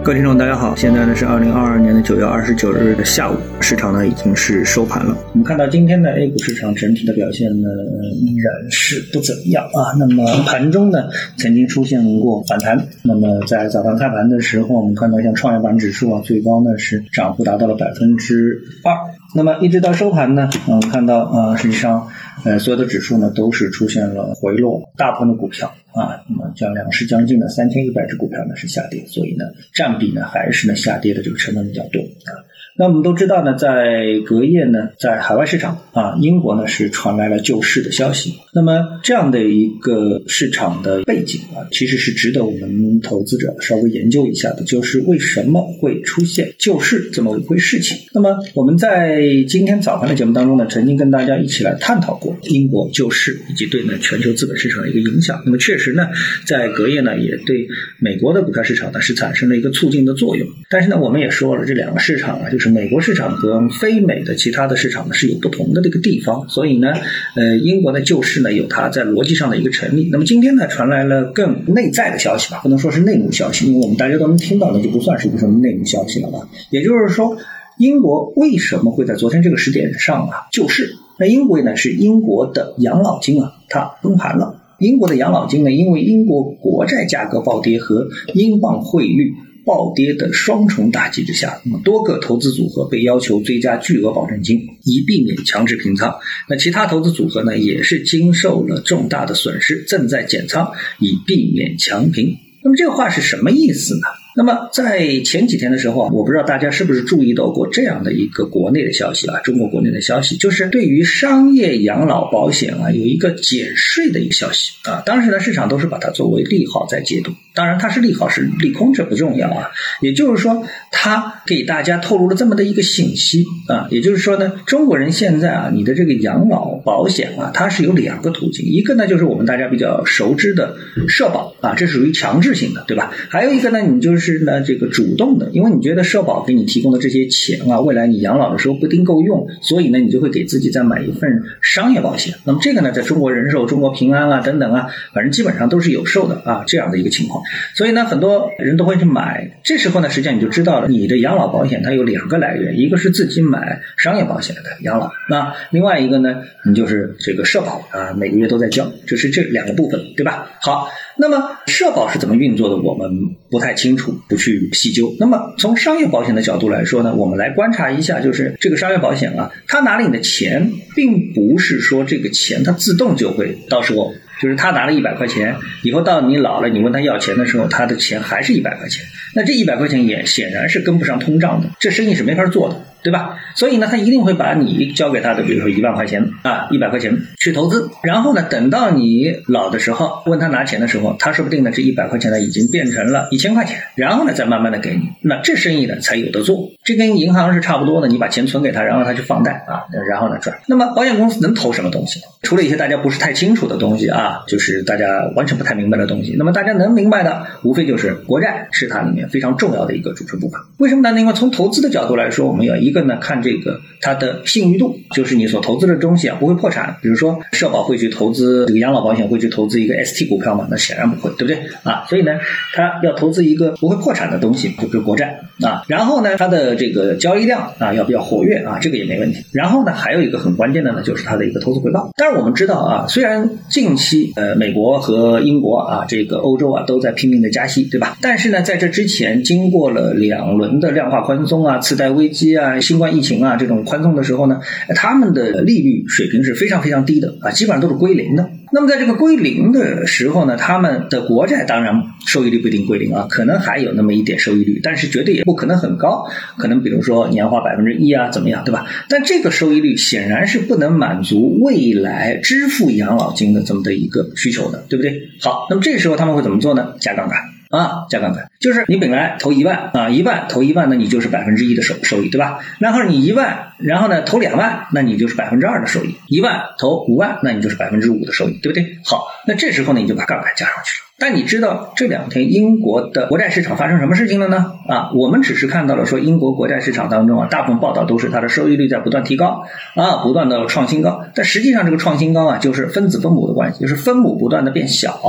各位听众大家好，现在呢是2022年的9月29日的下午，市场呢已经是收盘了。我们看到今天的 A 股市场整体的表现呢依然是不怎么样啊。那么盘中呢曾经出现过反弹，那么在早上开盘的时候，我们看到像创业板指数啊，最高呢是涨幅达到了 2%。那么一直到收盘呢，我们看到实际上所有的指数呢都是出现了回落，大部分的股票那么两市将近的3100只股票呢是下跌，所以呢占比呢还是呢下跌的这个成分比较多那我们都知道呢，在隔夜呢，在海外市场英国呢是传来了救市的消息。那么这样的一个市场的背景其实是值得我们投资者稍微研究一下的，就是为什么会出现救市这么一回事情。那么我们在今天早盘的节目当中呢，曾经跟大家一起来探讨过英国救市以及对呢全球资本市场的一个影响。那么确实呢，在隔夜呢也对美国的股票市场呢是产生了一个促进的作用。但是呢，我们也说了，这两个市场就是美国市场和非美的其他的市场呢是有不同的这个地方，所以呢英国的救市呢有它在逻辑上的一个成立。那么今天呢传来了更内在的消息吧，不能说是内幕消息，因为我们大家都能听到的就不算是一个什么内幕消息了吧。也就是说，英国为什么会在昨天这个时点上救市？那因为呢是英国的养老金它崩盘了。英国的养老金呢，因为英国国债价格暴跌和英镑汇率暴跌的双重打击之下，那么多个投资组合被要求追加巨额保证金，以避免强制平仓。那其他投资组合呢，也是经受了重大的损失，正在减仓，以避免强平。那么这个话是什么意思呢？那么在前几天的时候我不知道大家是不是注意到过这样的一个国内的消息中国国内的消息，就是对于商业养老保险有一个减税的一个消息当时呢市场都是把它作为利好在解读，当然它是利好是利空这不重要也就是说它给大家透露了这么的一个信息也就是说呢，中国人现在你的这个养老保险它是有两个途径，一个呢就是我们大家比较熟知的社保这属于强制性的，对吧？还有一个呢，你就是这个主动的，因为你觉得社保给你提供的这些钱未来你养老的时候不一定够用，所以呢你就会给自己再买一份商业保险。那么这个呢在中国人寿、中国平安等等反正基本上都是有售的这样的一个情况，所以呢很多人都会去买。这时候呢实际上你就知道了，你的养老保险它有两个来源，一个是自己买商业保险的养老，那另外一个呢你就是这个社保每个月都在交，就是这两个部分，对吧？好，那么社保是怎么运作的我们不太清楚，不去细究。那么从商业保险的角度来说呢，我们来观察一下，就是这个商业保险它拿了你的钱，并不是说这个钱它自动就会到时候就是他拿了100块钱，以后到你老了你问他要钱的时候，他的钱还是100块钱，那这100块钱也显然是跟不上通胀的，这生意是没法做的，对吧？所以呢他一定会把你交给他的比如说1万块钱100块钱去投资，然后呢等到你老的时候问他拿钱的时候，他说不定呢这100块钱呢已经变成了1000块钱，然后呢再慢慢的给你，那这生意呢才有得做。这跟银行是差不多的，你把钱存给他，然后他去放贷然后呢赚。那么保险公司能投什么东西呢？除了一些大家不是太清楚的东西就是大家完全不太明白的东西，那么大家能明白的无非就是国债是它里面非常重要的一个组成部分。为什么呢？因为从投资的角度来说，我们要一个呢看这个它的信誉度，就是你所投资的东西不会破产。比如说社保会去投资这个养老保险，会去投资一个 ST 股票吗？那显然不会，对不对所以呢它要投资一个不会破产的东西，就是国债然后呢它的这个交易量要比较活跃这个也没问题。然后呢还有一个很关键的呢，就是它的一个投资回报。当然我们知道虽然近期美国和英国这个欧洲都在拼命的加息，对吧？但是呢在这之前经过了2轮的量化宽松次贷危机新冠疫情这种宽松的时候呢，他们的利率水平是非常非常低的基本上都是归零的。那么在这个归零的时候呢，他们的国债当然收益率不一定归零可能还有那么一点收益率，但是绝对也不可能很高，可能比如说年化 1% 怎么样，对吧？但这个收益率显然是不能满足未来支付养老金的这么的一个需求的，对不对？好，那么这时候他们会怎么做呢？加杠杆加杠杆，就是你本来投1万1万投1万，那你就是 1% 的收益，对吧？然后你1万，然后呢投2万，那你就是 2% 的收益，1万投5万，那你就是 5% 的收益，对不对？好，那这时候呢你就把杠杆加上去了。但你知道这2天英国的国债市场发生什么事情了呢？我们只是看到了说英国国债市场当中大部分报道都是它的收益率在不断提高不断的创新高，但实际上这个创新高就是分子分母的关系，就是分母不断的变小，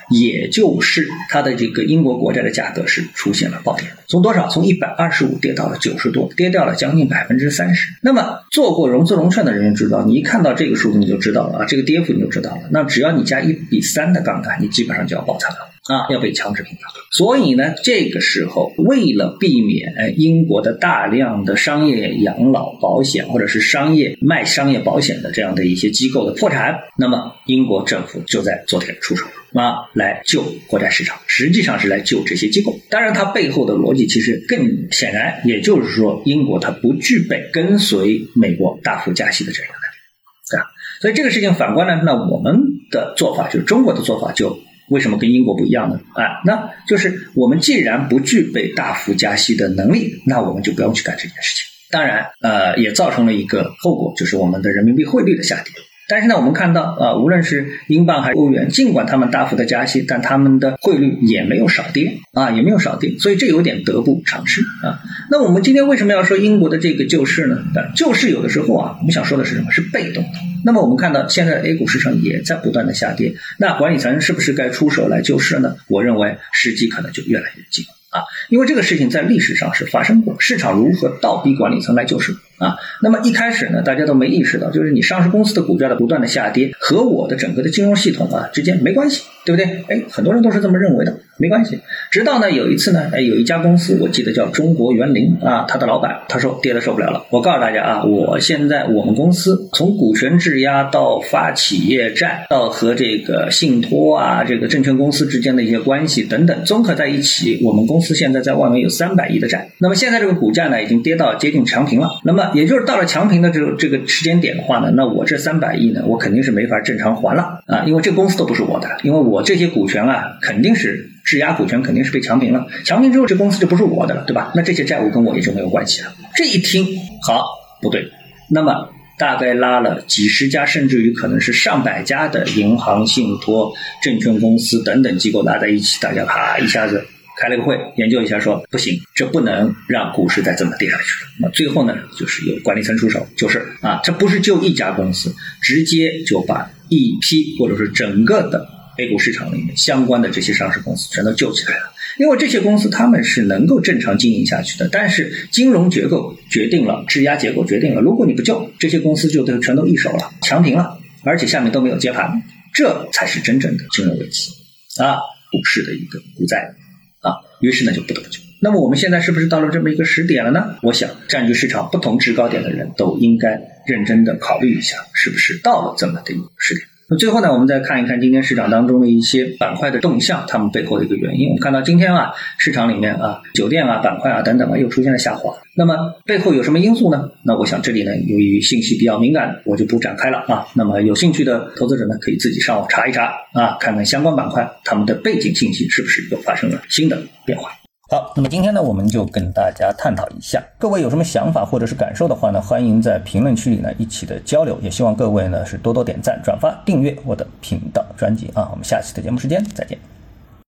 也就是它的这个英国国债的价格是出现了暴跌，从多少？从125跌到了90多，跌掉了将近30%。那么做过融资融券的人知道，你一看到这个数字你就知道了啊，这个跌幅你就知道了。那只要你加1:3的杠杆，你基本上就要爆仓了啊，要被强制平仓。所以呢，这个时候为了避免英国的大量的商业养老保险或者是卖商业保险的这样的一些机构的破产，那么英国政府就在昨天出手来救国债市场，实际上是来救这些机构。当然它背后的逻辑其实更显然，也就是说英国它不具备跟随美国大幅加息的这样的能力，对吧？所以这个事情反观呢，那我们的做法就是中国的做法就为什么跟英国不一样呢？那就是我们既然不具备大幅加息的能力，那我们就不用去干这件事情。当然也造成了一个后果，就是我们的人民币汇率的下跌。但是呢，我们看到无论是英镑还是欧元，尽管他们大幅的加息，但他们的汇率也没有少跌所以这有点得不偿失啊。那我们今天为什么要说英国的这个救市呢？救市有的时候我们想说的是什么？是被动的。那么我们看到现在 A 股市场也在不断的下跌，那管理层是不是该出手来救市呢？我认为时机可能就越来越近因为这个事情在历史上是发生过，市场如何倒逼管理层来救市那么一开始呢，大家都没意识到，就是你上市公司的股价的不断的下跌和我的整个的金融系统之间没关系，对不对？很多人都是这么认为的，没关系。直到呢有一次呢，有一家公司，我记得叫中国园林他的老板他说跌得受不了了，我告诉大家我们公司从股权质押到发企业债，到和这个信托这个证券公司之间的一些关系等等，综合在一起，我们公司现在在外面有300亿的债。那么现在这个股价呢已经跌到接近强平了，那么也就是到了强平的这个时间点的话呢，那我这300亿呢，我肯定是没法正常还了因为这个公司都不是我的了，因为我这些股权肯定是质押股权肯定是被强平了，强平之后这公司就不是我的了，对吧？那这些债务跟我也就没有关系了。这一听好不对，那么大概拉了几十家甚至于可能是上百家的银行、信托、证券公司等等机构拉在一起，大家一下子开了个会研究一下，说不行，这不能让股市再这么跌下去了。那最后呢，就是有管理层出手救市这不是救一家公司，直接就把一批或者是整个的 A 股市场里面相关的这些上市公司全都救起来了。因为这些公司他们是能够正常经营下去的，但是金融结构决定了，质押结构决定了，如果你不救，这些公司就全都易手了，强平了，而且下面都没有接盘，这才是真正的金融危机股市的一个股灾于是呢就不得不救。那么我们现在是不是到了这么一个时点了呢？我想占据市场不同制高点的人都应该认真的考虑一下，是不是到了这么的一个时点。那最后呢，我们再看一看今天市场当中的一些板块的动向，它们背后的一个原因。我们看到今天市场里面酒店板块等等又出现了下滑。那么背后有什么因素呢？那我想这里呢，由于信息比较敏感，我就不展开了那么有兴趣的投资者呢，可以自己上网查一查看看相关板块它们的背景信息是不是又发生了新的变化。好，那么今天呢，我们就跟大家探讨一下，各位有什么想法或者是感受的话呢，欢迎在评论区里呢一起的交流，也希望各位呢是多多点赞、转发、订阅我的频道专辑我们下期的节目时间再见。